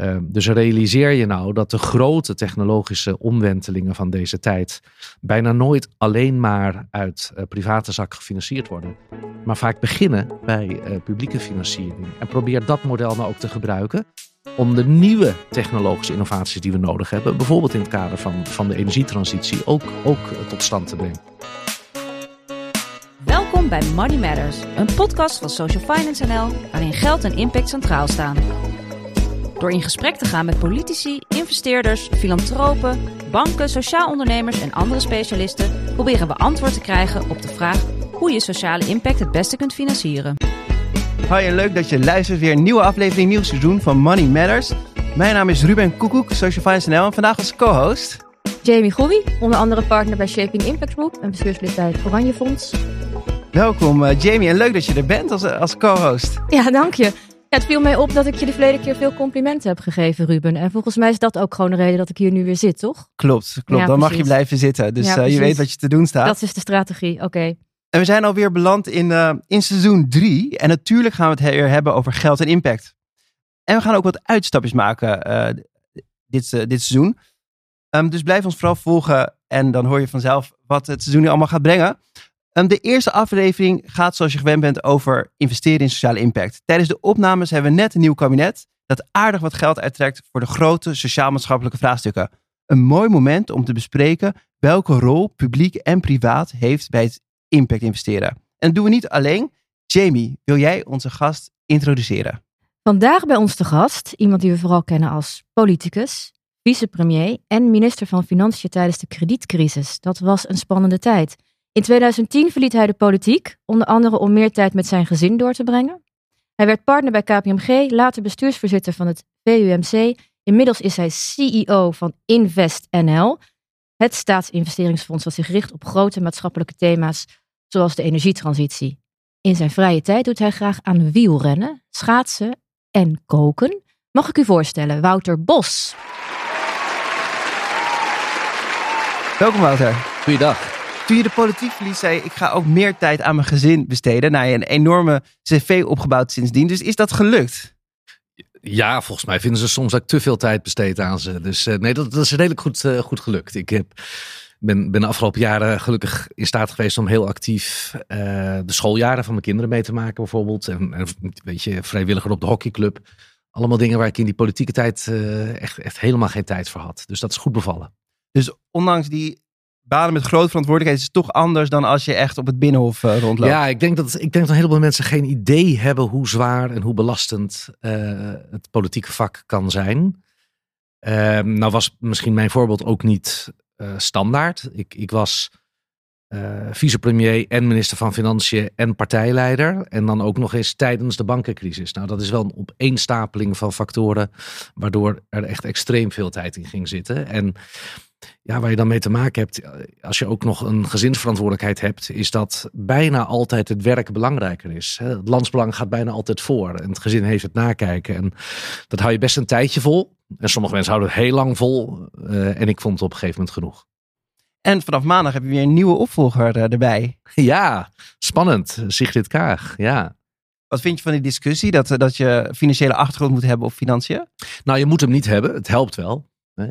Dus realiseer je nou dat de grote technologische omwentelingen van deze tijd bijna nooit alleen maar uit private zak gefinancierd worden. Maar vaak beginnen bij publieke financiering. En probeer dat model nou ook te gebruiken om de nieuwe technologische innovaties die we nodig hebben, bijvoorbeeld in het kader van de energietransitie, ook tot stand te brengen. Welkom bij Money Matters, een podcast van Social Finance NL, waarin geld en impact centraal staan. Door in gesprek te gaan met politici, investeerders, filantropen, banken, sociaal ondernemers en andere specialisten, proberen we antwoord te krijgen op de vraag hoe je sociale impact het beste kunt financieren. Hoi en leuk dat je luistert weer een nieuwe aflevering, nieuw seizoen van Money Matters. Mijn naam is Ruben Koekoek, Social Finance NL en vandaag als co-host Jamie Gowie, onder andere partner bij Shaping Impact Group en bestuurslid bij het Oranje Fonds. Welkom Jamie en leuk dat je er bent als co-host. Ja, dank je. Ja, het viel mij op dat ik je de verleden keer veel complimenten heb gegeven, Ruben. En volgens mij is dat ook gewoon de reden dat ik hier nu weer zit, toch? Klopt. Ja, dan mag precies. je blijven zitten. Dus Ja, je weet wat je te doen staat. Dat is de strategie, oké. En we zijn alweer beland in seizoen 3. En natuurlijk gaan we het weer hebben over geld en impact. En we gaan ook wat uitstapjes maken dit seizoen. Dus blijf ons vooral volgen en dan hoor je vanzelf wat het seizoen nu allemaal gaat brengen. De eerste aflevering gaat, zoals je gewend bent, over investeren in sociale impact. Tijdens de opnames hebben we net een nieuw kabinet dat aardig wat geld uittrekt voor de grote sociaal-maatschappelijke vraagstukken. Een mooi moment om te bespreken welke rol publiek en privaat heeft bij het impact investeren. En dat doen we niet alleen. Jamie, wil jij onze gast introduceren? Vandaag bij ons te gast, iemand die we vooral kennen als politicus, vicepremier en minister van Financiën tijdens de kredietcrisis. Dat was een spannende tijd. In 2010 verliet hij de politiek, onder andere om meer tijd met zijn gezin door te brengen. Hij werd partner bij KPMG, later bestuursvoorzitter van het VUMC. Inmiddels is hij CEO van InvestNL, het staatsinvesteringsfonds dat zich richt op grote maatschappelijke thema's zoals de energietransitie. In zijn vrije tijd doet hij graag aan wielrennen, schaatsen en koken. Mag ik u voorstellen, Wouter Bos. Welkom Wouter. Goeiedag. Toen je de politiek verliet, zei je, ik ga ook meer tijd aan mijn gezin besteden. Nou, je hebt een enorme cv opgebouwd sindsdien. Dus is dat gelukt? Ja, volgens mij vinden ze soms dat ik te veel tijd besteed aan ze. Dus nee, dat is redelijk goed gelukt. Ik ben de afgelopen jaren gelukkig in staat geweest om heel actief de schooljaren van mijn kinderen mee te maken bijvoorbeeld. En weet je, vrijwilliger op de hockeyclub. Allemaal dingen waar ik in die politieke tijd echt helemaal geen tijd voor had. Dus dat is goed bevallen. Dus ondanks die banen met grote verantwoordelijkheid is het toch anders dan als je echt op het Binnenhof rondloopt. Ja, ik denk dat een heleboel mensen geen idee hebben hoe zwaar en hoe belastend het politieke vak kan zijn. Nou was misschien mijn voorbeeld ook niet standaard. Ik was vicepremier en minister van Financiën en partijleider. En dan ook nog eens tijdens de bankencrisis. Nou, dat is wel een opeenstapeling van factoren waardoor er echt extreem veel tijd in ging zitten. En ja, waar je dan mee te maken hebt, als je ook nog een gezinsverantwoordelijkheid hebt, is dat bijna altijd het werk belangrijker is. Het landsbelang gaat bijna altijd voor. En het gezin heeft het nakijken. En dat hou je best een tijdje vol. En sommige mensen houden het heel lang vol. En ik vond het op een gegeven moment genoeg. En vanaf maandag heb je weer een nieuwe opvolger erbij. Ja, spannend. Sigrid Kaag, ja. Wat vind je van die discussie dat je financiële achtergrond moet hebben op financiën? Nou, je moet hem niet hebben. Het helpt wel.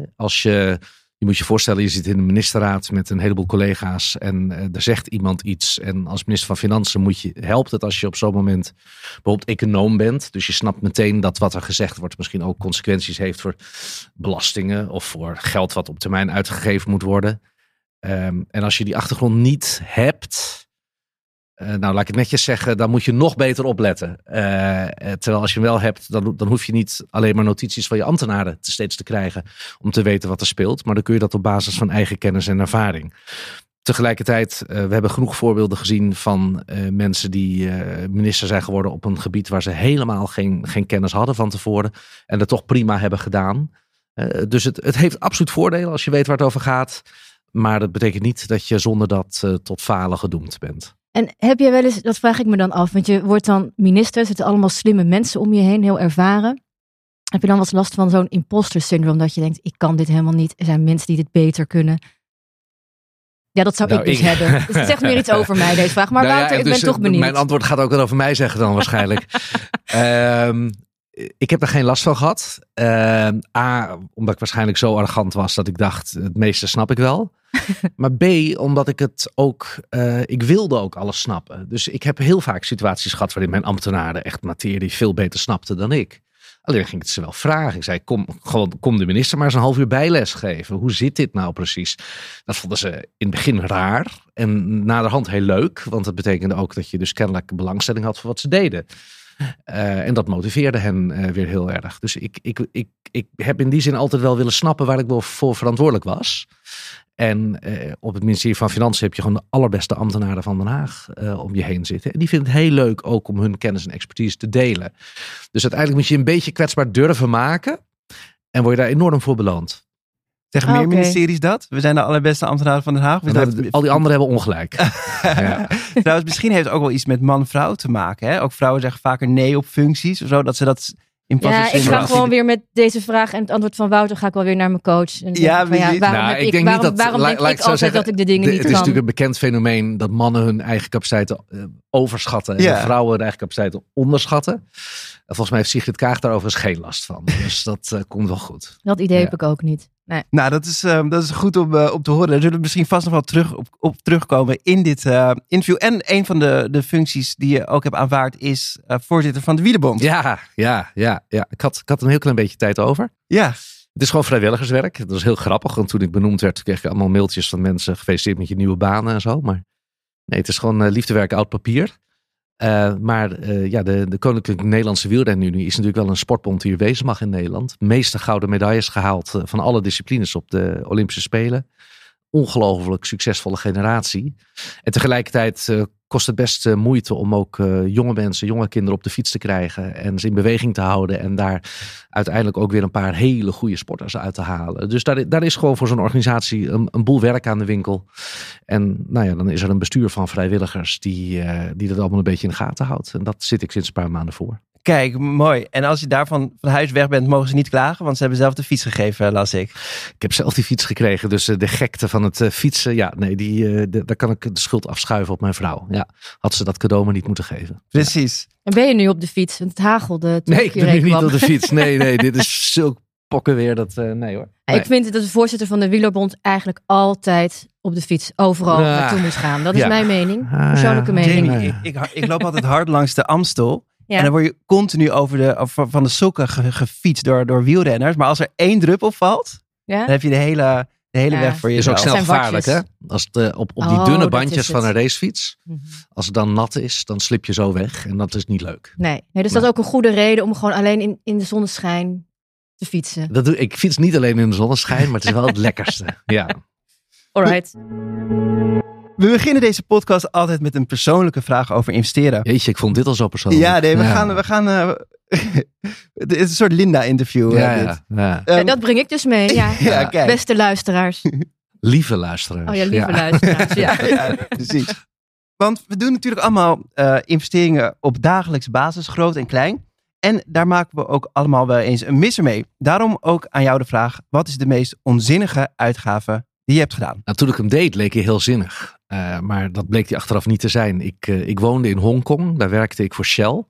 Je moet je voorstellen, je zit in de ministerraad met een heleboel collega's en er zegt iemand iets. En als minister van Financiën helpt het als je op zo'n moment bijvoorbeeld econoom bent. Dus je snapt meteen dat wat er gezegd wordt misschien ook consequenties heeft voor belastingen of voor geld wat op termijn uitgegeven moet worden. En als je die achtergrond niet hebt, nou laat ik het netjes zeggen, dan moet je nog beter opletten. Terwijl als je hem wel hebt, dan hoef je niet alleen maar notities van je ambtenaren steeds te krijgen om te weten wat er speelt. Maar dan kun je dat op basis van eigen kennis en ervaring. Tegelijkertijd, we hebben genoeg voorbeelden gezien van mensen die minister zijn geworden op een gebied waar ze helemaal geen kennis hadden van tevoren. En dat toch prima hebben gedaan. Dus het heeft absoluut voordelen als je weet waar het over gaat. Maar dat betekent niet dat je zonder dat tot falen gedoemd bent. En heb jij wel eens, dat vraag ik me dan af, want je wordt dan minister, er zitten allemaal slimme mensen om je heen, heel ervaren. Heb je dan wat last van zo'n imposter syndroom, dat je denkt, ik kan dit helemaal niet, er zijn mensen die dit beter kunnen? Ja, dat zou ik dus hebben. Dus het zegt meer iets over mij, deze vraag. Maar Wouter, ik ben toch benieuwd. Mijn antwoord gaat ook wel over mij zeggen dan waarschijnlijk. ik heb er geen last van gehad. A, omdat ik waarschijnlijk zo arrogant was dat ik dacht, het meeste snap ik wel. Maar B, omdat ik het ook, ik wilde ook alles snappen. Dus ik heb heel vaak situaties gehad waarin mijn ambtenaren echt materie veel beter snapten dan ik. Alleen ging ik het ze wel vragen. Ik zei, kom de minister maar eens een half uur bijles geven. Hoe zit dit nou precies? Dat vonden ze in het begin raar. En naderhand heel leuk. Want dat betekende ook dat je dus kennelijk belangstelling had voor wat ze deden. En dat motiveerde hen weer heel erg. Dus ik heb in die zin altijd wel willen snappen waar ik wel voor verantwoordelijk was. En op het ministerie van Financiën heb je gewoon de allerbeste ambtenaren van Den Haag om je heen zitten. En die vinden het heel leuk ook om hun kennis en expertise te delen. Dus uiteindelijk moet je een beetje kwetsbaar durven maken. En word je daar enorm voor beloond. Zeggen meer ministeries dat? We zijn de allerbeste ambtenaren van Den Haag. Al die anderen hebben ongelijk. Ja. Trouwens, misschien heeft het ook wel iets met man-vrouw te maken. Hè? Ook vrouwen zeggen vaker nee op functies. Zodat ze dat in Ja, ik ga gewoon weer met deze vraag en het antwoord van Wouter ga ik wel weer naar mijn coach. En waarom denk ik altijd dat ik de dingen niet kan? Het is natuurlijk een bekend fenomeen dat mannen hun eigen capaciteiten overschatten. En vrouwen hun eigen capaciteiten onderschatten. En volgens mij heeft Sigrid Kaag daar overigens geen last van. Dus dat komt wel goed. Dat idee heb ik ook niet. Nee. Nou, dat is goed om te horen. Daar zullen we misschien vast nog wel op terugkomen in dit interview. En een van de functies die je ook hebt aanvaard is voorzitter van de Wielerbond. Ja. Ik had een heel klein beetje tijd over. Ja. Het is gewoon vrijwilligerswerk. Dat is heel grappig. Want toen ik benoemd werd, kreeg ik allemaal mailtjes van mensen. Gefeliciteerd met je nieuwe banen en zo. Maar nee, het is gewoon liefdewerk oud papier. Maar de Koninklijke Nederlandse Wielrenunie is natuurlijk wel een sportbond die er wezen mag in Nederland. De meeste gouden medailles gehaald van alle disciplines op de Olympische Spelen. Ongelooflijk succesvolle generatie. En tegelijkertijd kost het best moeite om ook jonge mensen, jonge kinderen op de fiets te krijgen. En ze in beweging te houden. En daar uiteindelijk ook weer een paar hele goede sporters uit te halen. Dus daar is gewoon voor zo'n organisatie een boel werk aan de winkel. En dan is er een bestuur van vrijwilligers die dat allemaal een beetje in de gaten houdt. En dat zit ik sinds een paar maanden voor. Kijk, mooi. En als je daarvan van huis weg bent, mogen ze niet klagen, want ze hebben zelf de fiets gegeven, las ik. Ik heb zelf die fiets gekregen, dus de gekte van het fietsen, daar kan ik de schuld afschuiven op mijn vrouw. Ja, had ze dat cadeau maar niet moeten geven. Precies. Ja. En ben je nu op de fiets? Want het hagelde. Nee, ik ben nu niet op de fiets. Nee, dit is zulk pokken weer. Nee hoor. Nee. Ik vind dat de voorzitter van de Wielerbond eigenlijk altijd op de fiets overal naartoe moet gaan. Dat is mijn mening. Persoonlijke mening. Jamie, ik loop altijd hard langs de Amstel. Ja. En dan word je continu van de sokken gefietst door wielrenners. Maar als er 1 druppel valt, dan heb je de hele weg voor jezelf. Het is ook snel gevaarlijk, hè? Als het op die dunne bandjes van een racefiets, als het dan nat is, dan slip je zo weg. En dat is niet leuk. Nee, dus dat is ook een goede reden om gewoon alleen in de zonneschijn te fietsen. Ik fiets niet alleen in de zonneschijn, maar het is wel het lekkerste. Ja. Alright. We beginnen deze podcast altijd met een persoonlijke vraag over investeren. Jeetje, ik vond dit al zo persoonlijk. Ja, nee, we gaan het is een soort Linda-interview. Dat breng ik dus mee. Ja. Kijk. Beste luisteraars. Lieve luisteraars. Oh ja, lieve luisteraars. Ja, precies. Want we doen natuurlijk allemaal investeringen op dagelijkse basis, groot en klein. En daar maken we ook allemaal wel eens een misser mee. Daarom ook aan jou de vraag, wat is de meest onzinnige uitgave die je hebt gedaan? Nou, toen ik hem deed, leek hij heel zinnig. Maar dat bleek hij achteraf niet te zijn. Ik woonde in Hongkong. Daar werkte ik voor Shell.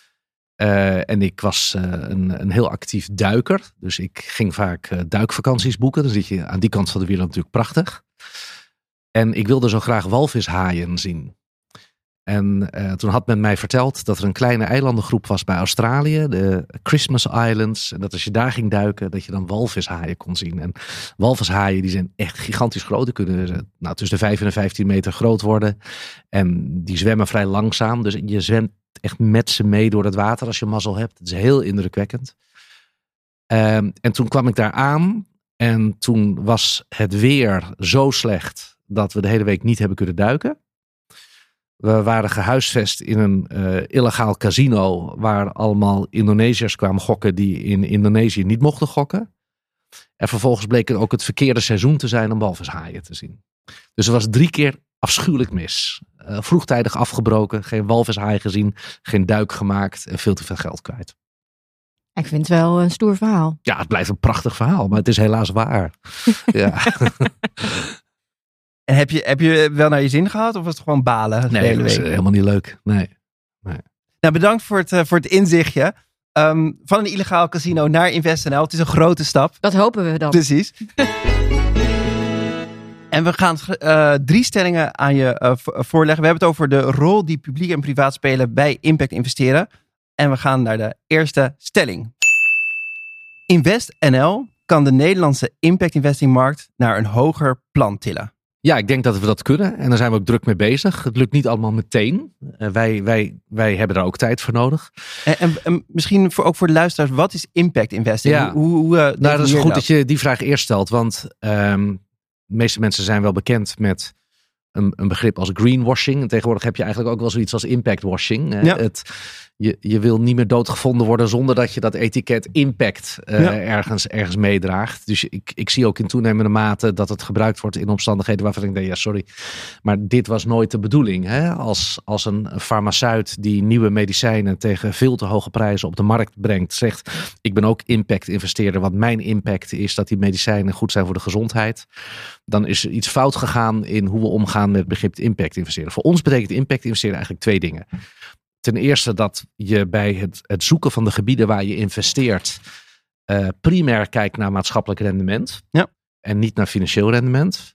En ik was een heel actief duiker. Dus ik ging vaak duikvakanties boeken. Dan zit je aan die kant van de wereld natuurlijk prachtig. En ik wilde zo graag walvishaaien zien. En toen had men mij verteld dat er een kleine eilandengroep was bij Australië. De Christmas Islands. En dat als je daar ging duiken, dat je dan walvishaaien kon zien. En walvishaaien die zijn echt gigantisch groot. Die kunnen tussen de 5 en de 15 meter groot worden. En die zwemmen vrij langzaam. Dus je zwemt echt met ze mee door het water als je mazzel hebt. Het is heel indrukwekkend. En toen kwam ik daar aan. En toen was het weer zo slecht dat we de hele week niet hebben kunnen duiken. We waren gehuisvest in een illegaal casino waar allemaal Indonesiërs kwamen gokken die in Indonesië niet mochten gokken. En vervolgens bleek het ook het verkeerde seizoen te zijn om walvishaaien te zien. Dus er was 3 keer afschuwelijk mis. Vroegtijdig afgebroken, geen walvishaai gezien, geen duik gemaakt en veel te veel geld kwijt. Ik vind het wel een stoer verhaal. Ja, het blijft een prachtig verhaal, maar het is helaas waar. Ja. En heb je wel naar je zin gehad of was het gewoon balen? Nee, dat is helemaal niet leuk. Nee. Nou, bedankt voor het inzichtje. Van een illegaal casino naar InvestNL. Het is een grote stap. Dat hopen we dan. Precies. En we gaan 3 stellingen aan je voorleggen. We hebben het over de rol die publiek en privaat spelen bij impact investeren. En we gaan naar de eerste stelling. InvestNL kan de Nederlandse impact investingmarkt naar een hoger plan tillen. Ja, ik denk dat we dat kunnen. En daar zijn we ook druk mee bezig. Het lukt niet allemaal meteen. Wij hebben daar ook tijd voor nodig. En misschien ook voor de luisteraars, wat is impact investing? Ja. Nou, dat is goed dat je die vraag eerst stelt. Want de meeste mensen zijn wel bekend met een begrip als greenwashing. En tegenwoordig heb je eigenlijk ook wel zoiets als impactwashing. Ja. Je wil niet meer doodgevonden worden zonder dat je dat etiket impact ergens meedraagt. Dus ik zie ook in toenemende mate dat het gebruikt wordt in omstandigheden waarvan ik denk, sorry, maar dit was nooit de bedoeling. Hè? Als een farmaceut die nieuwe medicijnen tegen veel te hoge prijzen op de markt brengt, zegt, ik ben ook impact investeerder, want mijn impact is dat die medicijnen goed zijn voor de gezondheid. Dan is er iets fout gegaan in hoe we omgaan met het begrip impact investeren. Voor ons betekent impact investeren eigenlijk 2 dingen. Ten eerste dat je bij het zoeken van de gebieden waar je investeert primair kijkt naar maatschappelijk rendement. Ja. En niet naar financieel rendement.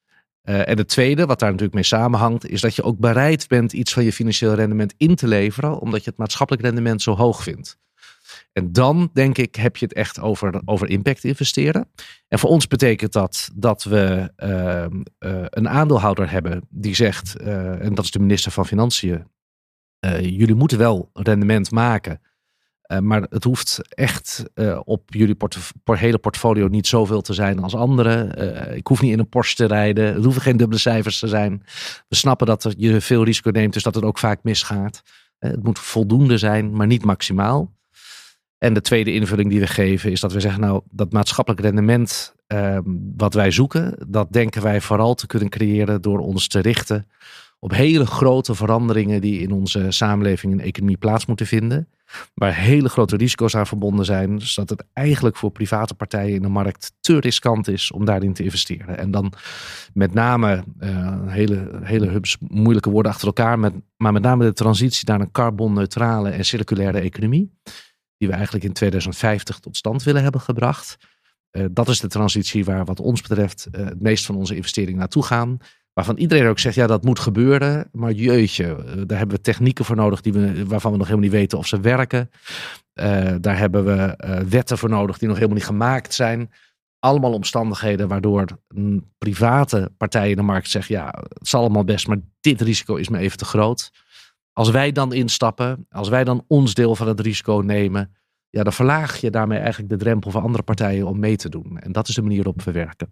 En het tweede, wat daar natuurlijk mee samenhangt, is dat je ook bereid bent iets van je financieel rendement in te leveren, omdat je het maatschappelijk rendement zo hoog vindt. En dan, denk ik, heb je het echt over impact investeren. En voor ons betekent dat we een aandeelhouder hebben die zegt, en dat is de minister van Financiën, jullie moeten wel rendement maken. Maar het hoeft echt op jullie hele portfolio niet zoveel te zijn als anderen. Ik hoef niet in een Porsche te rijden. Het hoeven geen dubbele cijfers te zijn. We snappen dat je veel risico neemt, dus dat het ook vaak misgaat. Het moet voldoende zijn, maar niet maximaal. En de tweede invulling die we geven is dat we zeggen, dat maatschappelijk rendement wat wij zoeken, dat denken wij vooral te kunnen creëren door ons te richten op hele grote veranderingen die in onze samenleving en economie plaats moeten vinden. Waar hele grote risico's aan verbonden zijn. Zodat het eigenlijk voor private partijen in de markt te riskant is om daarin te investeren. En dan met name, hele hubs, moeilijke woorden achter elkaar. Maar met name de transitie naar een carbonneutrale en circulaire economie. Die we eigenlijk in 2050 tot stand willen hebben gebracht. Dat is de transitie waar wat ons betreft het meest van onze investeringen naartoe gaan. Waarvan iedereen ook zegt, ja, dat moet gebeuren. Maar jeetje, daar hebben we technieken voor nodig waarvan we nog helemaal niet weten of ze werken. Daar hebben we wetten voor nodig die nog helemaal niet gemaakt zijn. Allemaal omstandigheden waardoor een private partij in de markt zegt, ja, het zal allemaal best, maar dit risico is me even te groot. Als wij dan instappen, als wij dan ons deel van het risico nemen, ja, dan verlaag je daarmee eigenlijk de drempel voor andere partijen om mee te doen. En dat is de manier waarop we werken.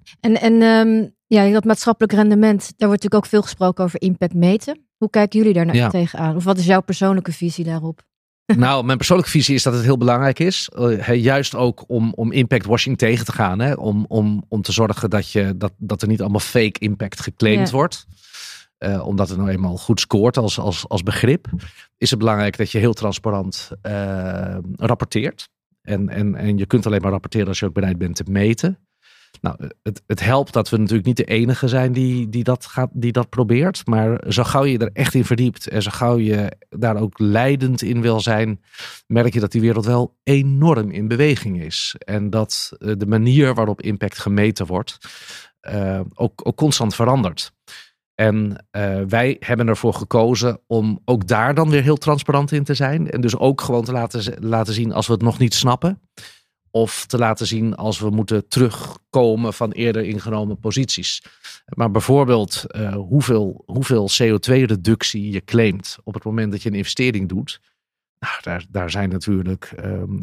En dat maatschappelijk rendement, daar wordt natuurlijk ook veel gesproken over impact meten. Hoe kijken jullie daar tegenaan? Of wat is jouw persoonlijke visie daarop? Nou, mijn persoonlijke visie is dat het heel belangrijk is. Juist ook om impactwashing tegen te gaan. Hè? Om te zorgen dat er niet allemaal fake impact geclaimd wordt. Omdat het nou eenmaal goed scoort als begrip. Is het belangrijk dat je heel transparant rapporteert. En je kunt alleen maar rapporteren als je ook bereid bent te meten. Nou, het helpt dat we natuurlijk niet de enige zijn die dat probeert. Maar zo gauw je er echt in verdiept en zo gauw je daar ook leidend in wil zijn, merk je dat die wereld wel enorm in beweging is. En dat de manier waarop impact gemeten wordt ook constant verandert. En wij hebben ervoor gekozen om ook daar dan weer heel transparant in te zijn. En dus ook gewoon te laten zien als we het nog niet snappen. Of te laten zien als we moeten terugkomen van eerder ingenomen posities. Maar bijvoorbeeld hoeveel CO2-reductie je claimt op het moment dat je een investering doet. Nou, daar zijn natuurlijk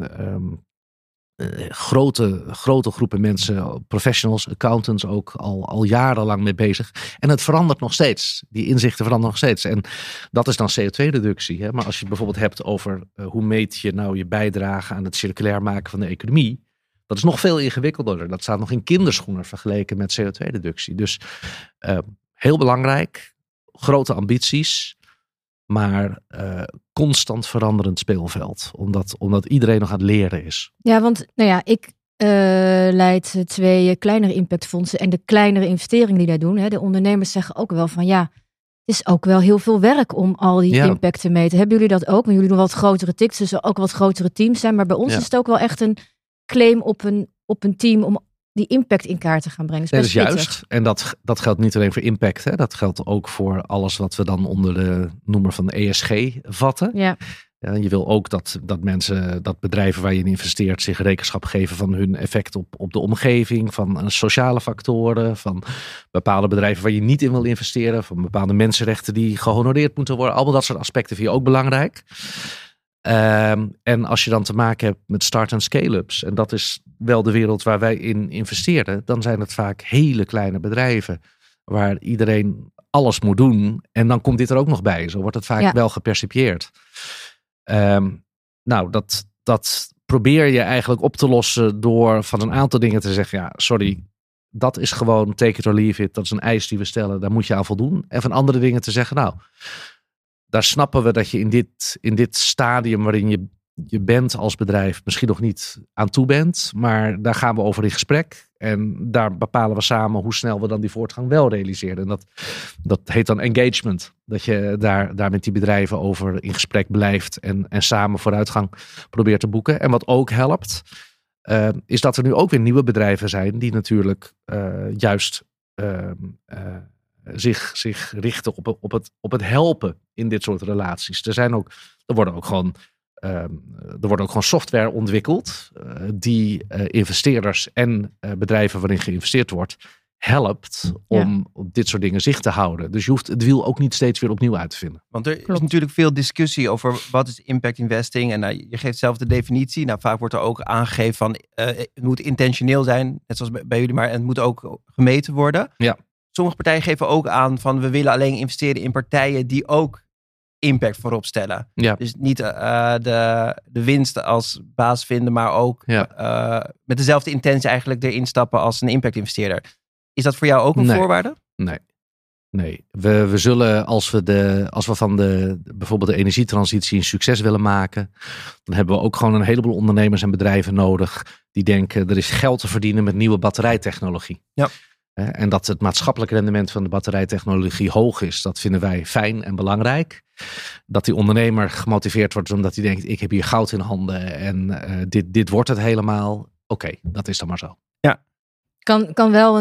grote groepen mensen, professionals, accountants ook al jarenlang mee bezig. En het verandert nog steeds. Die inzichten veranderen nog steeds. En dat is dan CO2-reductie. Hè? Maar als je het bijvoorbeeld hebt over hoe meet je nou je bijdrage aan het circulair maken van de economie. Dat is nog veel ingewikkelder. Dat staat nog in kinderschoenen vergeleken met CO2-reductie. Dus heel belangrijk. Grote ambities. Maar constant veranderend speelveld. Omdat iedereen nog aan het leren is. Ja, want ik leid 2 kleinere impactfondsen. En de kleinere investeringen die daar doen. Hè, de ondernemers zeggen ook wel van Het is ook wel heel veel werk om al die impact te meten. Hebben jullie dat ook? Want jullie doen wat grotere tics, dus ook wat grotere teams zijn. Maar bij ons is het ook wel echt een claim op een team om die impact in kaart te gaan brengen. Dat is juist. En dat geldt niet alleen voor impact. Hè. Dat geldt ook voor alles wat we dan onder de noemer van ESG vatten. Ja. Je wil ook dat bedrijven waar je in investeert zich rekenschap geven van hun effect op de omgeving, van sociale factoren, van bepaalde bedrijven waar je niet in wil investeren, van bepaalde mensenrechten die gehonoreerd moeten worden. Allemaal dat soort aspecten vind je ook belangrijk. En als je dan te maken hebt met start- en scale-ups, en dat is wel de wereld waar wij in investeren, dan zijn het vaak hele kleine bedrijven waar iedereen alles moet doen. En dan komt dit er ook nog bij. Zo wordt het vaak wel gepercipieerd. Dat probeer je eigenlijk op te lossen door van een aantal dingen te zeggen, ja, sorry, dat is gewoon take it or leave it. Dat is een eis die we stellen, daar moet je aan voldoen. En van andere dingen te zeggen, nou, daar snappen we dat je in dit stadium waarin je bent als bedrijf misschien nog niet aan toe bent. Maar daar gaan we over in gesprek. En daar bepalen we samen hoe snel we dan die voortgang wel realiseren. En dat heet dan engagement. Dat je daar met die bedrijven over in gesprek blijft. En samen vooruitgang probeert te boeken. En wat ook helpt, is dat er nu ook weer nieuwe bedrijven zijn die natuurlijk juist zich richten op het helpen in dit soort relaties. Er wordt ook gewoon software ontwikkeld die investeerders en bedrijven waarin geïnvesteerd wordt helpt om op dit soort dingen zicht te houden. Dus je hoeft het wiel ook niet steeds weer opnieuw uit te vinden. Want er is natuurlijk veel discussie over wat is impact investing. En je geeft zelf de definitie. Nou, vaak wordt er ook aangegeven van het moet intentioneel zijn, net zoals bij jullie, maar het moet ook gemeten worden. Ja. Sommige partijen geven ook aan van we willen alleen investeren in partijen die ook impact voorop stellen. Ja. Dus niet de winst als baas vinden, maar ook met dezelfde intentie eigenlijk erin stappen als een impact investeerder. Is dat voor jou ook een voorwaarde? Nee. We zullen als we van bijvoorbeeld de energietransitie een succes willen maken, dan hebben we ook gewoon een heleboel ondernemers en bedrijven nodig die denken er is geld te verdienen met nieuwe batterijtechnologie. Ja. En dat het maatschappelijk rendement van de batterijtechnologie hoog is, dat vinden wij fijn en belangrijk. Dat die ondernemer gemotiveerd wordt omdat hij denkt, ik heb hier goud in handen en dit wordt het helemaal. Oké, dat is dan maar zo. Ja. Kan wel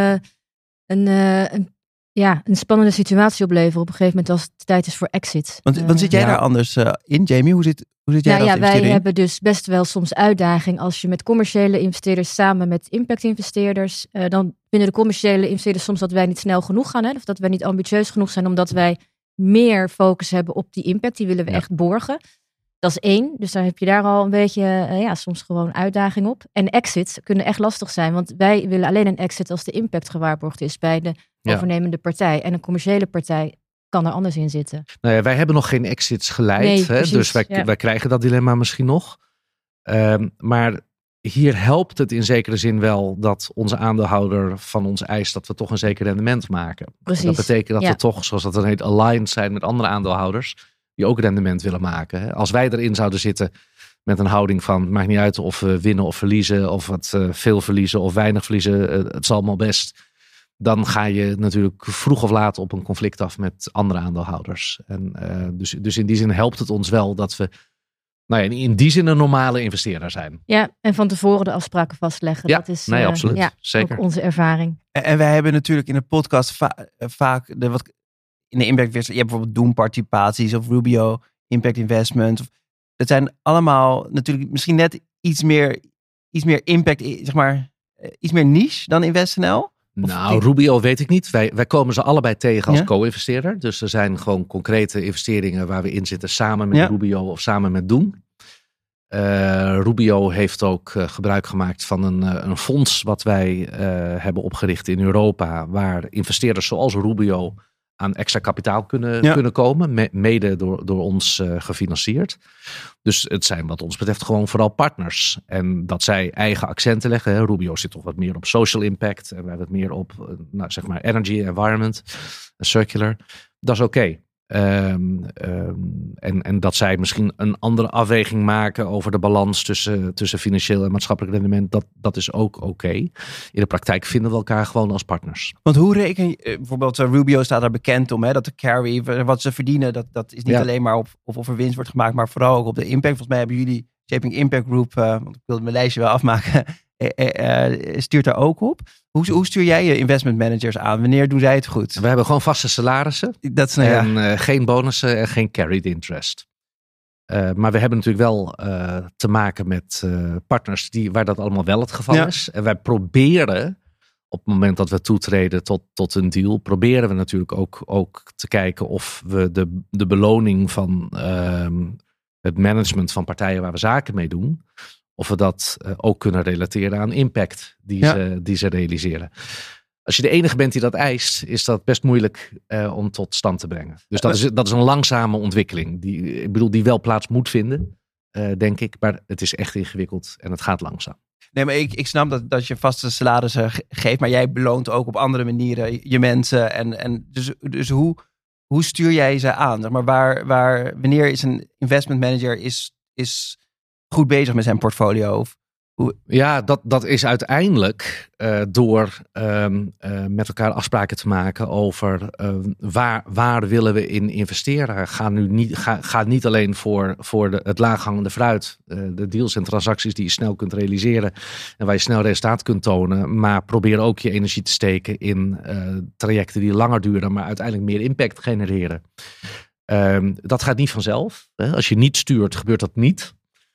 een spannende situatie opleveren op een gegeven moment als het tijd is voor exit. Want zit jij daar anders in, Jamie? Hoe zit jij daar wij hebben dus best wel soms uitdaging als je met commerciële investeerders samen met impact investeerders, dan vinden de commerciële investeerders soms dat wij niet snel genoeg gaan, of dat wij niet ambitieus genoeg zijn, omdat wij meer focus hebben op die impact. Die willen we echt borgen. Dat is 1. Dus daar heb je daar al een beetje soms gewoon uitdaging op. En exits kunnen echt lastig zijn. Want wij willen alleen een exit als de impact gewaarborgd is bij de overnemende partij. En een commerciële partij kan er anders in zitten. Nou ja, wij hebben nog geen exits geleid. Nee, dus wij krijgen dat dilemma misschien nog. Maar hier helpt het in zekere zin wel dat onze aandeelhouder van ons eist dat we toch een zeker rendement maken. Precies. Dat betekent dat we toch, zoals dat dan heet, aligned zijn met andere aandeelhouders die ook rendement willen maken. Als wij erin zouden zitten met een houding van, het maakt niet uit of we winnen of verliezen, of het veel verliezen of weinig verliezen, het zal allemaal best. Dan ga je natuurlijk vroeg of laat op een conflict af met andere aandeelhouders. En dus in die zin helpt het ons wel dat we in die zin een normale investeerder zijn. Ja, en van tevoren de afspraken vastleggen. Ja, dat is absoluut. Zeker. Ook onze ervaring. En wij hebben natuurlijk in de podcast vaak in de impact, je hebt bijvoorbeeld Doen-participaties of Rubio Impact Investment. Dat zijn allemaal natuurlijk misschien net iets meer impact, zeg maar, iets meer niche dan InvestNL. Rubio weet ik niet. Wij komen ze allebei tegen als co-investeerder. Dus er zijn gewoon concrete investeringen waar we in zitten samen met Rubio of samen met Doen. Rubio heeft ook gebruik gemaakt van een fonds wat wij hebben opgericht in Europa, waar investeerders zoals Rubio aan extra kapitaal kunnen komen, mede door ons gefinancierd. Dus het zijn wat ons betreft gewoon vooral partners. En dat zij eigen accenten leggen. Hè. Rubio zit toch wat meer op social impact en wij hebben het meer op zeg maar energy, environment, circular. Dat is oké. En dat zij misschien een andere afweging maken over de balans tussen financieel en maatschappelijk rendement. Dat is ook oké. In de praktijk vinden we elkaar gewoon als partners. Want hoe reken je, bijvoorbeeld Rubio staat daar bekend om, dat de carry, wat ze verdienen, dat is niet alleen maar op of er winst wordt gemaakt, maar vooral ook op de impact. Volgens mij hebben jullie Shaping Impact Group, want ik wilde mijn lijstje wel afmaken, stuurt daar ook op. Hoe stuur jij je investment managers aan? Wanneer doen zij het goed? We hebben gewoon vaste salarissen. Geen bonussen en geen carried interest. Maar we hebben natuurlijk wel te maken met partners waar dat allemaal wel het geval is. En wij proberen op het moment dat we toetreden tot een deal, proberen we natuurlijk ook te kijken of we de beloning van het management van partijen waar we zaken mee doen, of we dat ook kunnen relateren aan impact die ze realiseren. Als je de enige bent die dat eist, is dat best moeilijk om tot stand te brengen. Dus dat is een langzame ontwikkeling. Die wel plaats moet vinden, denk ik. Maar het is echt ingewikkeld en het gaat langzaam. Nee, maar ik snap dat je vaste salarissen geeft. Maar jij beloont ook op andere manieren je mensen. Dus hoe stuur jij ze aan? Zeg maar wanneer is een investment manager is goed bezig met zijn portfolio? Of ja, dat is uiteindelijk door met elkaar afspraken te maken over waar willen we in investeren. Ga niet alleen voor het laaghangende fruit, de deals en transacties die je snel kunt realiseren en waar je snel resultaat kunt tonen, maar probeer ook je energie te steken in trajecten die langer duren, maar uiteindelijk meer impact genereren. Dat gaat niet vanzelf. Als je niet stuurt, gebeurt dat niet.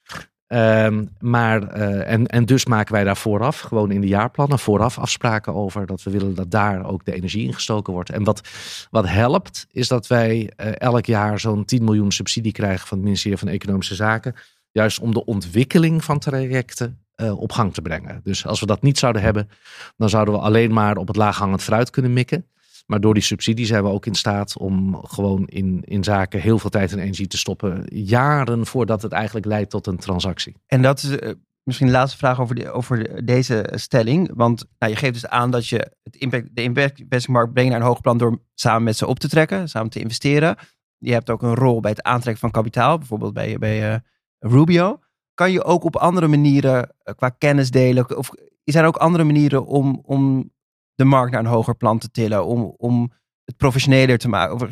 Dus maken wij daar vooraf, gewoon in de jaarplannen, vooraf afspraken over dat we willen dat daar ook de energie in gestoken wordt. En wat helpt, is dat wij elk jaar zo'n 10 miljoen subsidie krijgen van het ministerie van Economische Zaken, juist om de ontwikkeling van trajecten op gang te brengen. Dus als we dat niet zouden hebben, dan zouden we alleen maar op het laaghangend fruit kunnen mikken. Maar door die subsidie zijn we ook in staat om gewoon in zaken heel veel tijd en energie te stoppen. Jaren voordat het eigenlijk leidt tot een transactie. En dat is misschien de laatste vraag over deze stelling. Want je geeft dus aan dat je de impact investingmarkt brengt naar een hoger plan door samen met ze op te trekken, samen te investeren. Je hebt ook een rol bij het aantrekken van kapitaal, bijvoorbeeld bij Rubio. Kan je ook op andere manieren qua kennis delen? Of zijn er ook andere manieren om de markt naar een hoger plan te tillen, om het professioneler te maken?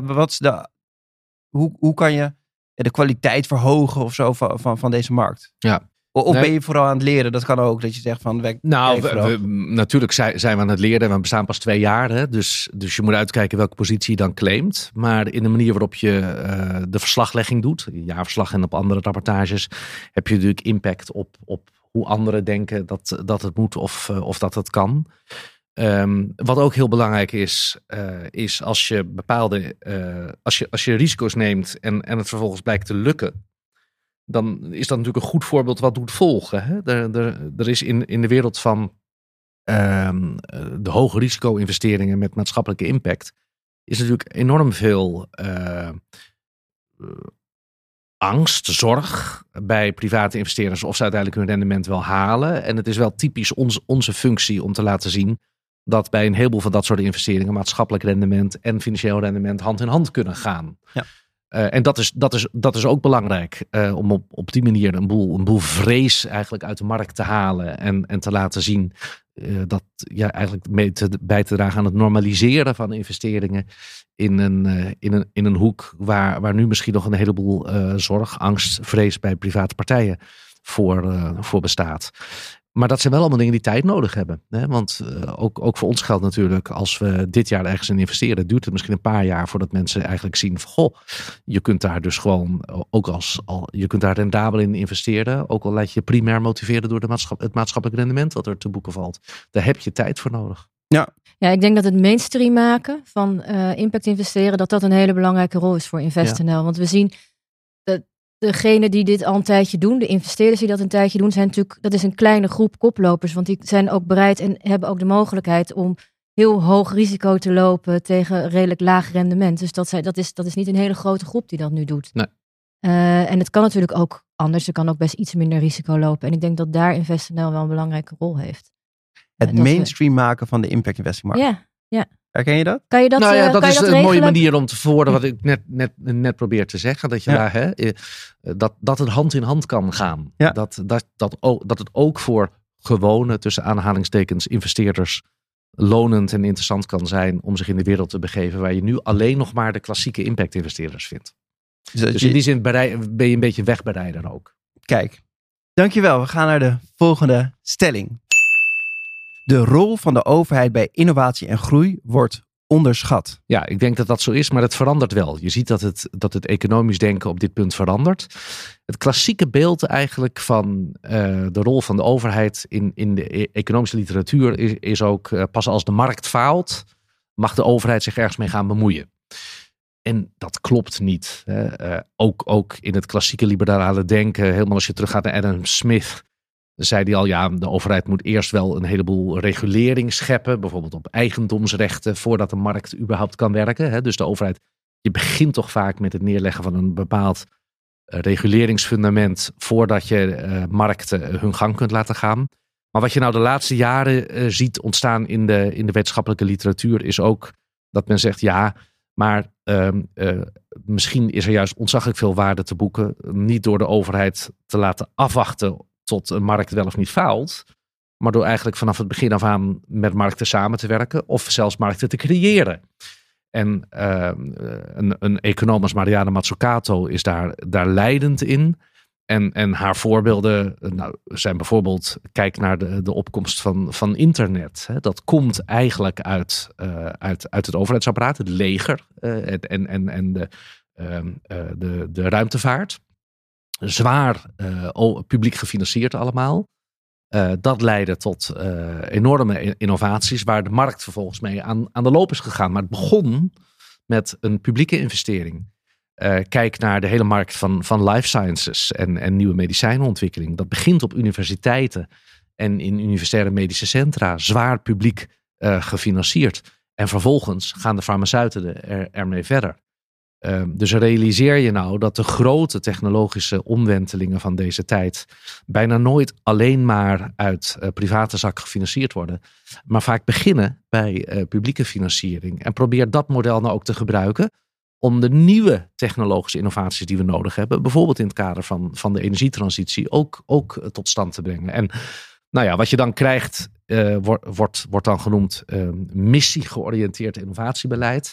Hoe kan je de kwaliteit verhogen of zo van deze markt? Ja. Ben je vooral aan het leren? Dat kan ook, dat je zegt van... Natuurlijk zijn we aan het leren. We bestaan pas 2 jaar. Hè? Dus je moet uitkijken welke positie je dan claimt. Maar in de manier waarop je de verslaglegging doet, jaarverslag en op andere rapportages, heb je natuurlijk impact op hoe anderen denken dat het moet of dat het kan. Wat ook heel belangrijk is als je als je risico's neemt en het vervolgens blijkt te lukken, dan is dat natuurlijk een goed voorbeeld wat doet volgen. Hè? Er is in de wereld van de hoge risico-investeringen met maatschappelijke impact, is natuurlijk enorm veel angst, zorg bij private investeerders of ze uiteindelijk hun rendement wel halen. En het is wel typisch onze functie om te laten zien dat bij een heleboel van dat soort investeringen maatschappelijk rendement en financieel rendement hand in hand kunnen gaan. Ja. En dat is ook belangrijk om op die manier een boel vrees eigenlijk uit de markt te halen en te laten zien dat eigenlijk bij te dragen aan het normaliseren van investeringen in een hoek waar nu misschien nog een heleboel zorg, angst, vrees bij private partijen voor bestaat. Maar dat zijn wel allemaal dingen die tijd nodig hebben. Hè? Want ook voor ons geldt natuurlijk, als we dit jaar ergens in investeren, duurt het misschien een paar jaar voordat mensen eigenlijk zien van, goh, je kunt daar dus gewoon je kunt daar rendabel in investeren. Ook al laat je primair motiveren door het maatschappelijk rendement wat er te boeken valt. Daar heb je tijd voor nodig. Ja, ik denk dat het mainstream maken van impact investeren, dat een hele belangrijke rol is voor InvestNL. Ja. Want we zien degenen die dit al een tijdje doen, de investeerders die dat een tijdje doen, dat is een kleine groep koplopers. Want die zijn ook bereid en hebben ook de mogelijkheid om heel hoog risico te lopen tegen redelijk laag rendement. Dus dat is niet een hele grote groep die dat nu doet. Nee. En het kan natuurlijk ook anders. Er kan ook best iets minder risico lopen. En ik denk dat daar InvestNL wel een belangrijke rol heeft. Het mainstream maken van de impact investing markt. Ja. Herken je dat? Kan je dat dat kan is je dat een mooie regelen? manier om te verwoorden wat ik net probeer te zeggen. Dat je dat het hand in hand kan gaan. Ja. Dat het ook voor gewone, tussen aanhalingstekens, investeerders lonend en interessant kan zijn om zich in de wereld te begeven waar je nu alleen nog maar de klassieke impact-investeerders vindt. Dus in die zin ben je een beetje wegbereider ook. Kijk, dankjewel. We gaan naar de volgende stelling. De rol van de overheid bij innovatie en groei wordt onderschat. Ja, ik denk dat dat zo is, maar het verandert wel. Je ziet dat het economisch denken op dit punt verandert. Het klassieke beeld eigenlijk van de rol van de overheid in de economische literatuur is ook pas als de markt faalt, mag de overheid zich ergens mee gaan bemoeien. En dat klopt niet. Ook in het klassieke liberale denken, helemaal als je teruggaat naar Adam Smith, zei hij al, de overheid moet eerst wel een heleboel regulering scheppen, bijvoorbeeld op eigendomsrechten, voordat de markt überhaupt kan werken. Dus de overheid, je begint toch vaak met het neerleggen van een bepaald reguleringsfundament voordat je markten hun gang kunt laten gaan. Maar wat je nou de laatste jaren ziet ontstaan in de wetenschappelijke literatuur is ook dat men zegt, maar misschien is er juist ontzaglijk veel waarde te boeken, niet door de overheid te laten afwachten tot een markt wel of niet faalt, maar door eigenlijk vanaf het begin af aan met markten samen te werken of zelfs markten te creëren. En een econoom als Mariana Mazzucato is daar leidend in. En haar voorbeelden zijn bijvoorbeeld, kijk naar de opkomst van internet. Dat komt eigenlijk uit het overheidsapparaat, het leger en de ruimtevaart. Zwaar publiek gefinancierd allemaal. Dat leidde tot enorme innovaties waar de markt vervolgens mee aan de loop is gegaan. Maar het begon met een publieke investering. Kijk naar de hele markt van life sciences en nieuwe medicijnontwikkeling. Dat begint op universiteiten en in universitaire medische centra. Zwaar publiek gefinancierd. En vervolgens gaan de farmaceuten ermee verder. Dus realiseer je nou dat de grote technologische omwentelingen van deze tijd bijna nooit alleen maar uit private zak gefinancierd worden, maar vaak beginnen bij publieke financiering. En probeer dat model nou ook te gebruiken om de nieuwe technologische innovaties die we nodig hebben, bijvoorbeeld in het kader van de energietransitie, ook tot stand te brengen. En wat je dan krijgt, wordt dan genoemd missiegeoriënteerd innovatiebeleid.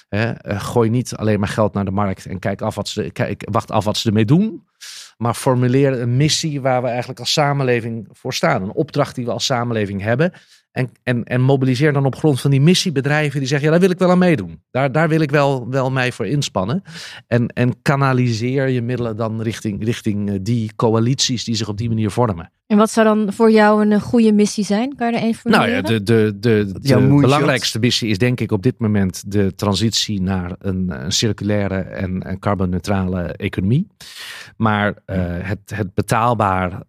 Gooi niet alleen maar geld naar de markt en wacht af wat ze ermee doen. Maar formuleer een missie waar we eigenlijk als samenleving voor staan. Een opdracht die we als samenleving hebben. En mobiliseer dan op grond van die missie bedrijven die zeggen, daar wil ik wel aan meedoen. Daar wil ik wel mij voor inspannen. En kanaliseer je middelen dan richting die coalities die zich op die manier vormen. En wat zou dan voor jou een goede missie zijn? Kan je er één formuleren? De belangrijkste missie is denk ik op dit moment de transitie naar een circulaire en carbonneutrale economie. Maar het betaalbaar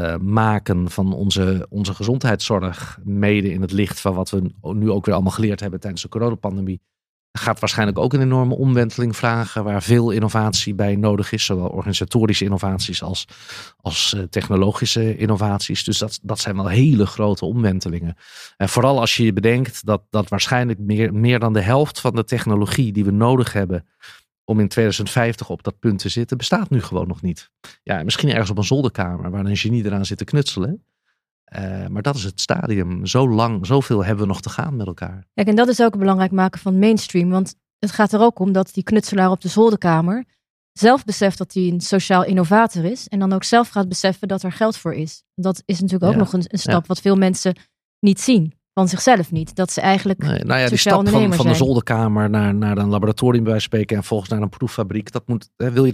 maken van onze gezondheidszorg, mede in het licht van wat we nu ook weer allemaal geleerd hebben tijdens de coronapandemie, gaat waarschijnlijk ook een enorme omwenteling vragen waar veel innovatie bij nodig is. Zowel organisatorische innovaties als technologische innovaties. Dus dat zijn wel hele grote omwentelingen. En vooral als je bedenkt dat waarschijnlijk meer dan de helft van de technologie die we nodig hebben om in 2050 op dat punt te zitten, bestaat nu gewoon nog niet. Ja, misschien ergens op een zolderkamer waar een genie eraan zit te knutselen. Maar dat is het stadium. Zoveel hebben we nog te gaan met elkaar. Kijk, en dat is ook het belangrijk maken van mainstream. Want het gaat er ook om dat die knutselaar op de zolderkamer zelf beseft dat hij een sociaal innovator is. En dan ook zelf gaat beseffen dat er geld voor is. Dat is natuurlijk ook nog een stap wat veel mensen niet zien. Van zichzelf niet. Dat ze eigenlijk die stap van de zolderkamer naar een laboratorium bij spreken en volgens naar een proeffabriek. Dat moet, wil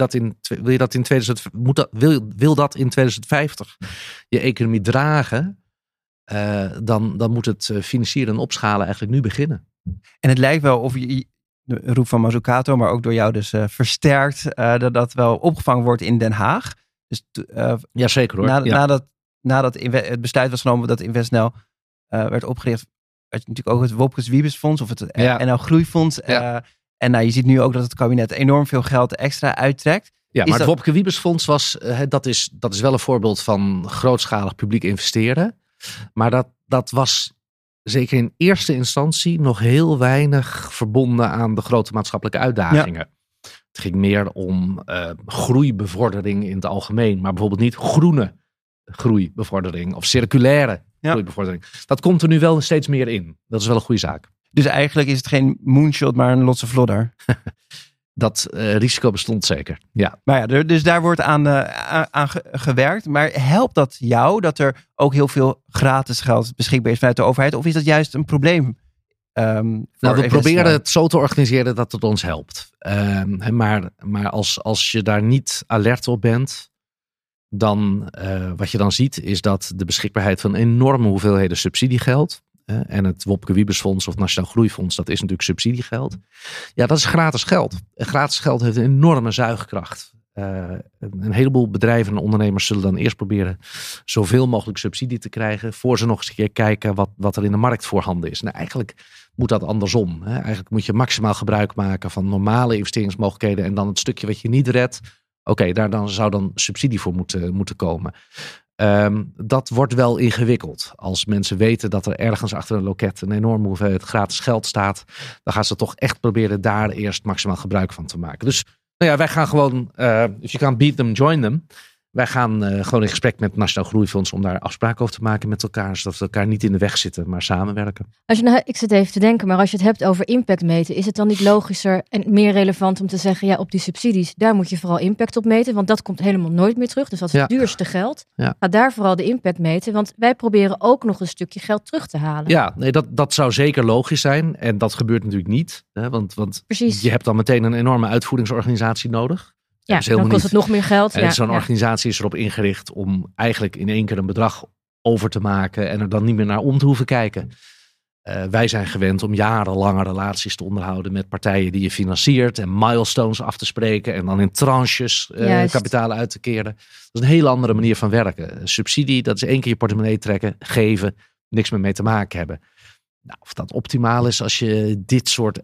dat in 2050 je economie dragen, dan moet het financieren en opschalen eigenlijk nu beginnen. En het lijkt wel of je de roep van Mazzucato, maar ook door jou dus versterkt, dat wel opgevangen wordt in Den Haag. Dus, ja, zeker hoor. Nadat het besluit was genomen dat InvestNL werd opgericht, had je natuurlijk ook het Wopkes Wiebesfonds of het NL Groeifonds. Ja. En je ziet nu ook dat het kabinet enorm veel geld extra uittrekt. Ja, maar het Wopkes Wiebesfonds dat is wel een voorbeeld van grootschalig publiek investeren. Maar dat was zeker in eerste instantie nog heel weinig verbonden aan de grote maatschappelijke uitdagingen. Ja. Het ging meer om groeibevordering in het algemeen, maar bijvoorbeeld niet groene groeibevordering of circulaire groeibevordering. Dat komt er nu wel steeds meer in. Dat is wel een goede zaak. Dus eigenlijk is het geen moonshot, maar een lotse vlodder. Dat risico bestond zeker, ja. Maar ja, dus daar wordt aan gewerkt. Maar helpt dat jou dat er ook heel veel gratis geld beschikbaar is vanuit de overheid? Of is dat juist een probleem? We proberen het zo te organiseren dat het ons helpt. Maar als je daar niet alert op bent, dan wat je dan ziet is dat de beschikbaarheid van enorme hoeveelheden subsidiegeld, en het Wopke Wiebesfonds of Nationaal Groeifonds, dat is natuurlijk subsidiegeld. Ja, dat is gratis geld. En gratis geld heeft een enorme zuigkracht. Een heleboel bedrijven en ondernemers zullen dan eerst proberen zoveel mogelijk subsidie te krijgen, voor ze nog eens een keer kijken wat er in de markt voorhanden is. Nou, eigenlijk moet dat andersom. Hè? Eigenlijk moet je maximaal gebruik maken van normale investeringsmogelijkheden en dan het stukje wat je niet redt. Oké, daar zou dan subsidie voor moeten komen. Dat wordt wel ingewikkeld. Als mensen weten dat er ergens achter een loket een enorme hoeveelheid gratis geld staat, dan gaan ze toch echt proberen daar eerst maximaal gebruik van te maken. Dus wij gaan gewoon, if you can't beat them, join them. Wij gaan gewoon in gesprek met het Nationaal Groeifonds om daar afspraken over te maken met elkaar, zodat we elkaar niet in de weg zitten, maar samenwerken. Ik zit even te denken, maar als je het hebt over impact meten, is het dan niet logischer en meer relevant om te zeggen, ja, op die subsidies, daar moet je vooral impact op meten, want dat komt helemaal nooit meer terug. Dus dat is het duurste geld. Ja. Ga daar vooral de impact meten, want wij proberen ook nog een stukje geld terug te halen. Ja, nee, dat zou zeker logisch zijn en dat gebeurt natuurlijk niet. Hè, want je hebt dan meteen een enorme uitvoeringsorganisatie nodig. Ja, dan kost het nog meer geld. En zo'n organisatie is erop ingericht om eigenlijk in één keer een bedrag over te maken en er dan niet meer naar om te hoeven kijken. Wij zijn gewend om jarenlange relaties te onderhouden met partijen die je financiert en milestones af te spreken en dan in tranches kapitalen uit te keren. Dat is een hele andere manier van werken. Subsidie, dat is één keer je portemonnee trekken, geven, niks meer mee te maken hebben. Nou, of dat optimaal is als je dit soort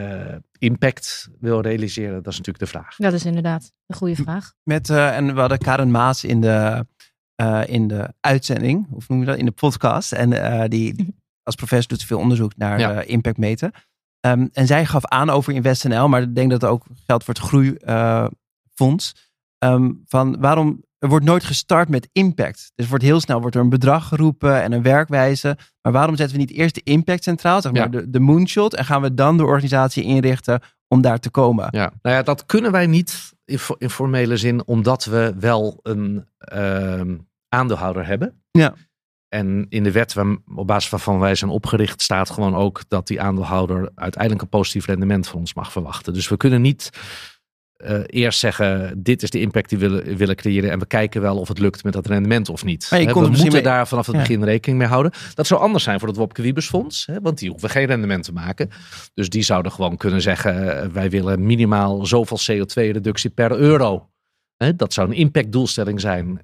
impact wil realiseren, dat is natuurlijk de vraag. Dat is inderdaad een goede vraag. En we hadden Karen Maas in de uitzending, of noem je dat, in de podcast. En die als professor doet veel onderzoek naar impact meten. En zij gaf aan over InvestNL, maar ik denk dat het ook geldt voor het Groeifonds. Van waarom er wordt nooit gestart met impact. Dus heel snel wordt er een bedrag geroepen en een werkwijze. Maar waarom zetten we niet eerst de impact centraal, zeg maar de moonshot, en gaan we dan de organisatie inrichten om daar te komen? Ja, nou ja, dat kunnen wij niet in formele zin, omdat we wel een aandeelhouder hebben. Ja. En in de wet op basis waarvan wij zijn opgericht staat gewoon ook dat die aandeelhouder uiteindelijk een positief rendement van ons mag verwachten. Dus we kunnen niet eerst zeggen, dit is de impact die we willen creëren en we kijken wel of het lukt met dat rendement of niet. We moeten daar vanaf het begin rekening mee houden. Dat zou anders zijn voor het Wopke Wiebesfonds, want die hoeven geen rendement te maken. Dus die zouden gewoon kunnen zeggen, wij willen minimaal zoveel CO2-reductie per euro. Dat zou een impactdoelstelling zijn.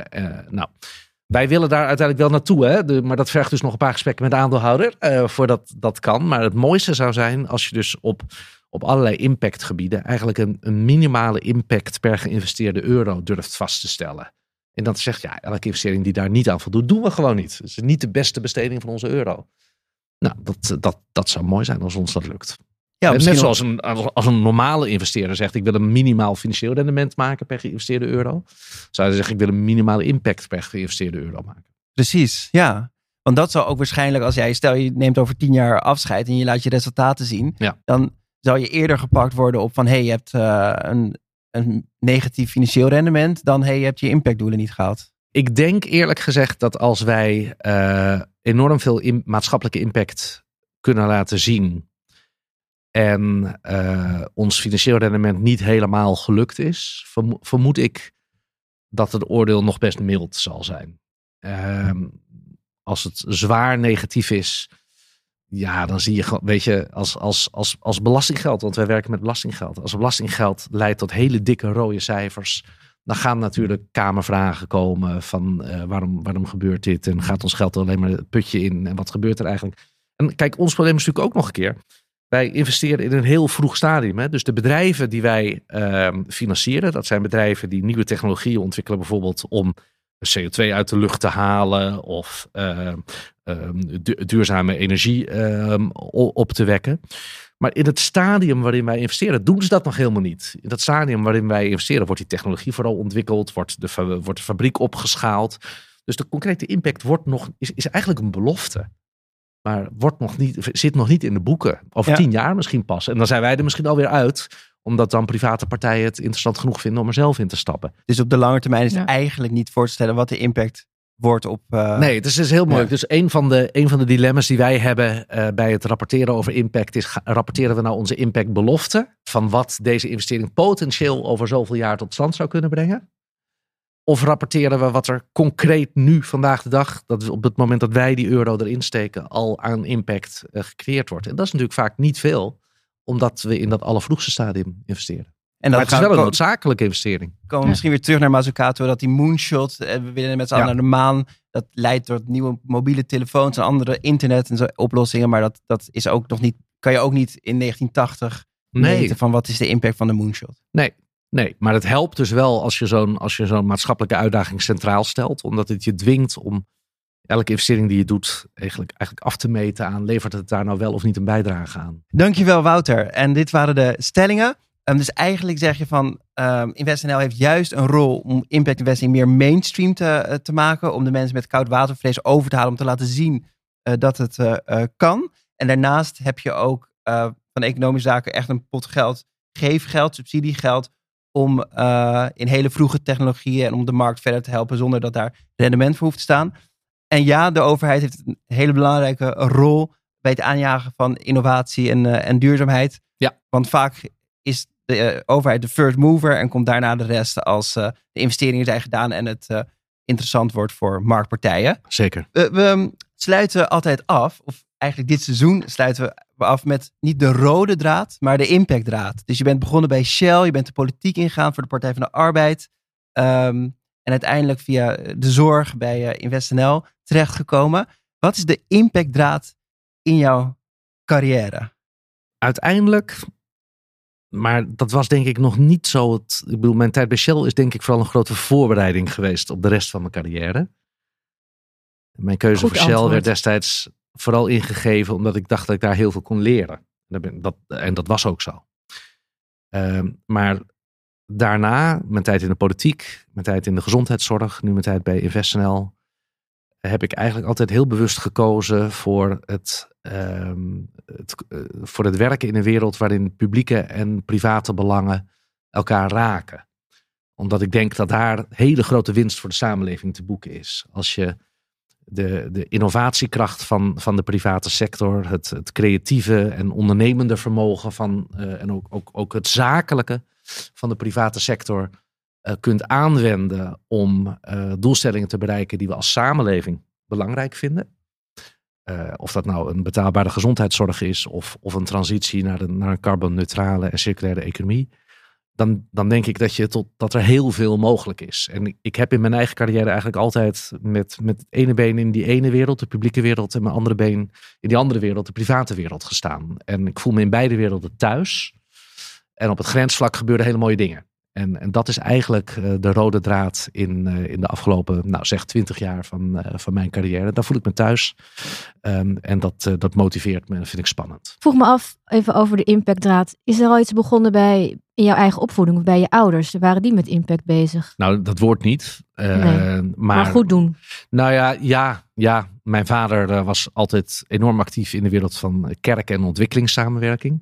Wij willen daar uiteindelijk wel naartoe, maar dat vergt dus nog een paar gesprekken met de aandeelhouder voordat dat kan. Maar het mooiste zou zijn als je dus op allerlei impactgebieden eigenlijk een minimale impact per geïnvesteerde euro durft vast te stellen. En dan zegt, elke investering die daar niet aan voldoet, doen we gewoon niet. Het is niet de beste besteding van onze euro. Nou, dat zou mooi zijn als ons dat lukt. Ja, net zoals een normale investeerder zegt, ik wil een minimaal financieel rendement maken per geïnvesteerde euro. Zou je zeggen, ik wil een minimale impact per geïnvesteerde euro maken. Precies, ja. Want dat zou ook waarschijnlijk, als stel je neemt over 10 jaar afscheid en je laat je resultaten zien, dan zou je eerder gepakt worden op van, je hebt een negatief financieel rendement dan, je hebt je impactdoelen niet gehaald. Ik denk eerlijk gezegd dat als wij enorm veel maatschappelijke impact kunnen laten zien en ons financieel rendement niet helemaal gelukt is, vermoed ik dat het oordeel nog best mild zal zijn. Als het zwaar negatief is, dan zie je gewoon, weet je, als belastinggeld, want wij werken met belastinggeld. Als belastinggeld leidt tot hele dikke rode cijfers, dan gaan natuurlijk kamervragen komen van waarom gebeurt dit en gaat ons geld alleen maar het putje in en wat gebeurt er eigenlijk? En kijk, ons probleem is natuurlijk ook nog een keer, wij investeren in een heel vroeg stadium. Hè? Dus de bedrijven die wij financieren, dat zijn bedrijven die nieuwe technologieën ontwikkelen, bijvoorbeeld om CO2 uit de lucht te halen of duurzame energie op te wekken. Maar in het stadium waarin wij investeren, doen ze dat nog helemaal niet. In dat stadium waarin wij investeren, wordt die technologie vooral ontwikkeld, wordt de fabriek opgeschaald. Dus de concrete impact is eigenlijk een belofte. Maar zit nog niet in de boeken. Over 10 jaar misschien pas. En dan zijn wij er misschien alweer uit, omdat dan private partijen het interessant genoeg vinden om er zelf in te stappen. Dus op de lange termijn is het eigenlijk niet voor te stellen wat de impact wordt op... Nee, het is heel moeilijk. Dus een van de dilemma's die wij hebben bij het rapporteren over impact is, rapporteren we nou onze impactbelofte van wat deze investering potentieel over zoveel jaar tot stand zou kunnen brengen? Of rapporteren we wat er concreet nu, vandaag de dag, dat is op het moment dat wij die euro erin steken, al aan impact gecreëerd wordt. En dat is natuurlijk vaak niet veel, omdat we in dat allervroegste stadium investeren. En maar het is wel een noodzakelijke investering. Komen we misschien weer terug naar Mazzucato, dat die moonshot, we willen met z'n allen naar de maan, dat leidt tot nieuwe mobiele telefoons en andere internet en zo oplossingen, maar dat is ook nog niet, kan je ook niet in 1980 meten van wat is de impact van de moonshot. Nee, maar het helpt dus wel als je zo'n maatschappelijke uitdaging centraal stelt. Omdat het je dwingt om elke investering die je doet eigenlijk af te meten aan, levert het daar nou wel of niet een bijdrage aan? Dankjewel Wouter. En dit waren de stellingen. Dus eigenlijk zeg je van InvestNL heeft juist een rol om impact investing meer mainstream te maken. Om de mensen met koud watervlees over te halen. Om te laten zien dat het kan. En daarnaast heb je ook van economische zaken echt een pot geld, geefgeld, subsidiegeld, om in hele vroege technologieën en om de markt verder te helpen zonder dat daar rendement voor hoeft te staan. En ja, de overheid heeft een hele belangrijke rol bij het aanjagen van innovatie en duurzaamheid. Ja. Want vaak is de overheid de first mover en komt daarna de rest als de investeringen zijn gedaan en het interessant wordt voor marktpartijen. Zeker. We sluiten altijd af, of eigenlijk dit seizoen sluiten we af met niet de rode draad, maar de impactdraad. Dus je bent begonnen bij Shell, je bent de politiek ingegaan voor de Partij van de Arbeid. En uiteindelijk via de zorg bij InvestNL terechtgekomen. Wat is de impactdraad in jouw carrière? Uiteindelijk, maar dat was denk ik nog niet zo. Ik bedoel, mijn tijd bij Shell is denk ik vooral een grote voorbereiding geweest op de rest van mijn carrière. Mijn keuze voor Shell werd destijds vooral ingegeven omdat ik dacht dat ik daar heel veel kon leren. En dat was ook zo. Maar daarna, mijn tijd in de politiek, mijn tijd in de gezondheidszorg, nu mijn tijd bij InvestNL, heb ik eigenlijk altijd heel bewust gekozen voor het werken in een wereld waarin publieke en private belangen elkaar raken. Omdat ik denk dat daar hele grote winst voor de samenleving te boeken is. Als je de innovatiekracht van de private sector, het creatieve en ondernemende vermogen en ook het zakelijke van de private sector kunt aanwenden om doelstellingen te bereiken die we als samenleving belangrijk vinden. Of dat nou een betaalbare gezondheidszorg is of een transitie naar een carbonneutrale en circulaire economie. Dan denk ik dat er heel veel mogelijk is. En ik heb in mijn eigen carrière eigenlijk altijd met het ene been in die ene wereld, de publieke wereld, en mijn andere been in die andere wereld, de private wereld gestaan. En ik voel me in beide werelden thuis. En op het grensvlak gebeuren hele mooie dingen. En dat is eigenlijk de rode draad in de afgelopen, 20 jaar van mijn carrière. Daar voel ik me thuis. En dat motiveert me en vind ik spannend. Vroeg me af, even over de impactdraad. Is er al iets begonnen in jouw eigen opvoeding of bij je ouders? Waren die met impact bezig? Nou, dat woord niet. Maar goed doen. Nou ja. Mijn vader was altijd enorm actief in de wereld van kerk- en ontwikkelingssamenwerking.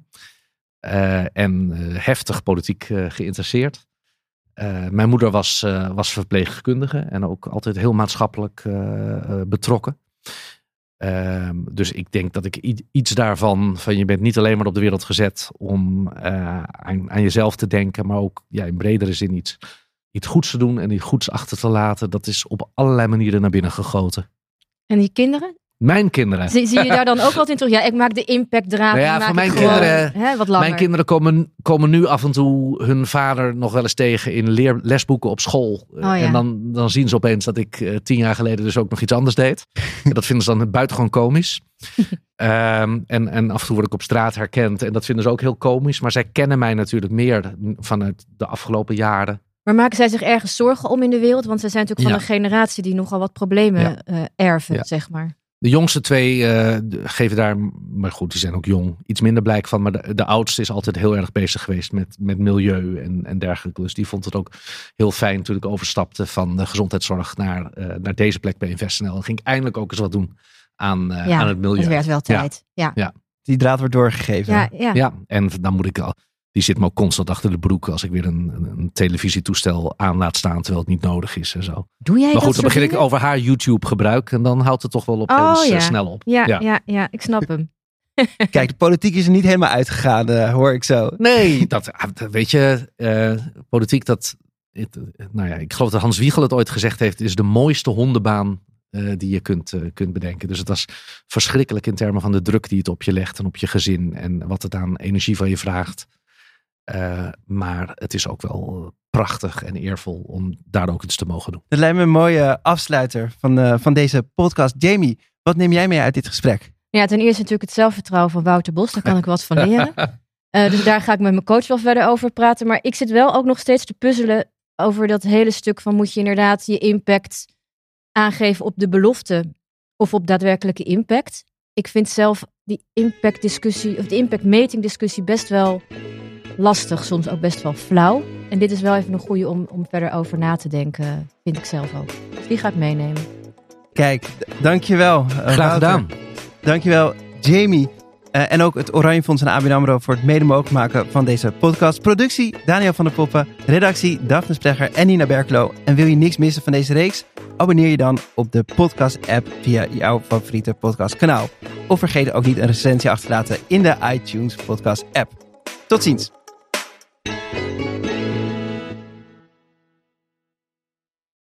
En heftig politiek geïnteresseerd. Mijn moeder was verpleegkundige en ook altijd heel maatschappelijk betrokken. Dus ik denk dat ik iets daarvan, van je bent niet alleen maar op de wereld gezet om aan jezelf te denken, maar ook in bredere zin iets goeds te doen en iets goeds achter te laten. Dat is op allerlei manieren naar binnen gegoten. En die kinderen? Mijn kinderen. Zie je daar dan ook wat in terug? Ja, ik maak de impactdraad. Voor mijn kinderen, wat langer. Mijn kinderen komen nu af en toe hun vader nog wel eens tegen in lesboeken op school. En dan zien ze opeens dat ik 10 jaar geleden dus ook nog iets anders deed. En dat vinden ze dan buitengewoon komisch. En af en toe word ik op straat herkend. En dat vinden ze ook heel komisch. Maar zij kennen mij natuurlijk meer vanuit de afgelopen jaren. Maar maken zij zich ergens zorgen om in de wereld? Want zij zijn natuurlijk van een generatie die nogal wat problemen erven, zeg maar. De jongste 2 geven daar, maar goed, die zijn ook jong, iets minder blijk van. Maar de oudste is altijd heel erg bezig geweest met milieu en dergelijke. Dus die vond het ook heel fijn toen ik overstapte van de gezondheidszorg naar deze plek bij InvestNL. En ging ik eindelijk ook eens wat doen aan het milieu. Het werd wel tijd. Ja. Die draad wordt doorgegeven. Ja. En dan moet ik al. Die zit me ook constant achter de broek als ik weer een televisietoestel aan laat staan terwijl het niet nodig is en zo. Doe jij maar goed, dat dan begin ik over haar YouTube gebruik en dan houdt het toch wel opeens snel op. Ja, ik snap hem. Kijk, de politiek is er niet helemaal uitgegaan, hoor ik zo. Nee, dat weet je, politiek ik geloof dat Hans Wiegel het ooit gezegd heeft, is de mooiste hondenbaan die je kunt bedenken. Dus het was verschrikkelijk in termen van de druk die het op je legt en op je gezin en wat het aan energie van je vraagt. Maar het is ook wel prachtig en eervol om daar ook iets te mogen doen. Dat lijkt me een mooie afsluiter van deze podcast. Jamie, wat neem jij mee uit dit gesprek? Ja, ten eerste natuurlijk het zelfvertrouwen van Wouter Bos. Daar kan ik wat van leren. Dus daar ga ik met mijn coach wel verder over praten. Maar ik zit wel ook nog steeds te puzzelen over dat hele stuk van moet je inderdaad je impact aangeven op de belofte of op daadwerkelijke impact. Ik vind zelf die impactdiscussie of de impactmetingdiscussie best wel lastig, soms ook best wel flauw. En dit is wel even een goede om verder over na te denken, vind ik zelf ook. Dus die ga ik meenemen. Kijk, dankjewel. Graag gedaan. Dankjewel, Jamie. En ook het Oranje Fonds en ABN AMRO voor het mede mogelijk maken van deze podcast. Productie, Daniel van der Poppen. Redactie, Daphne Splegger en Nina Berkelo. En wil je niks missen van deze reeks? Abonneer je dan op de podcast-app via jouw favoriete podcastkanaal. Of vergeet ook niet een recensie achter te laten in de iTunes podcast-app. Tot ziens.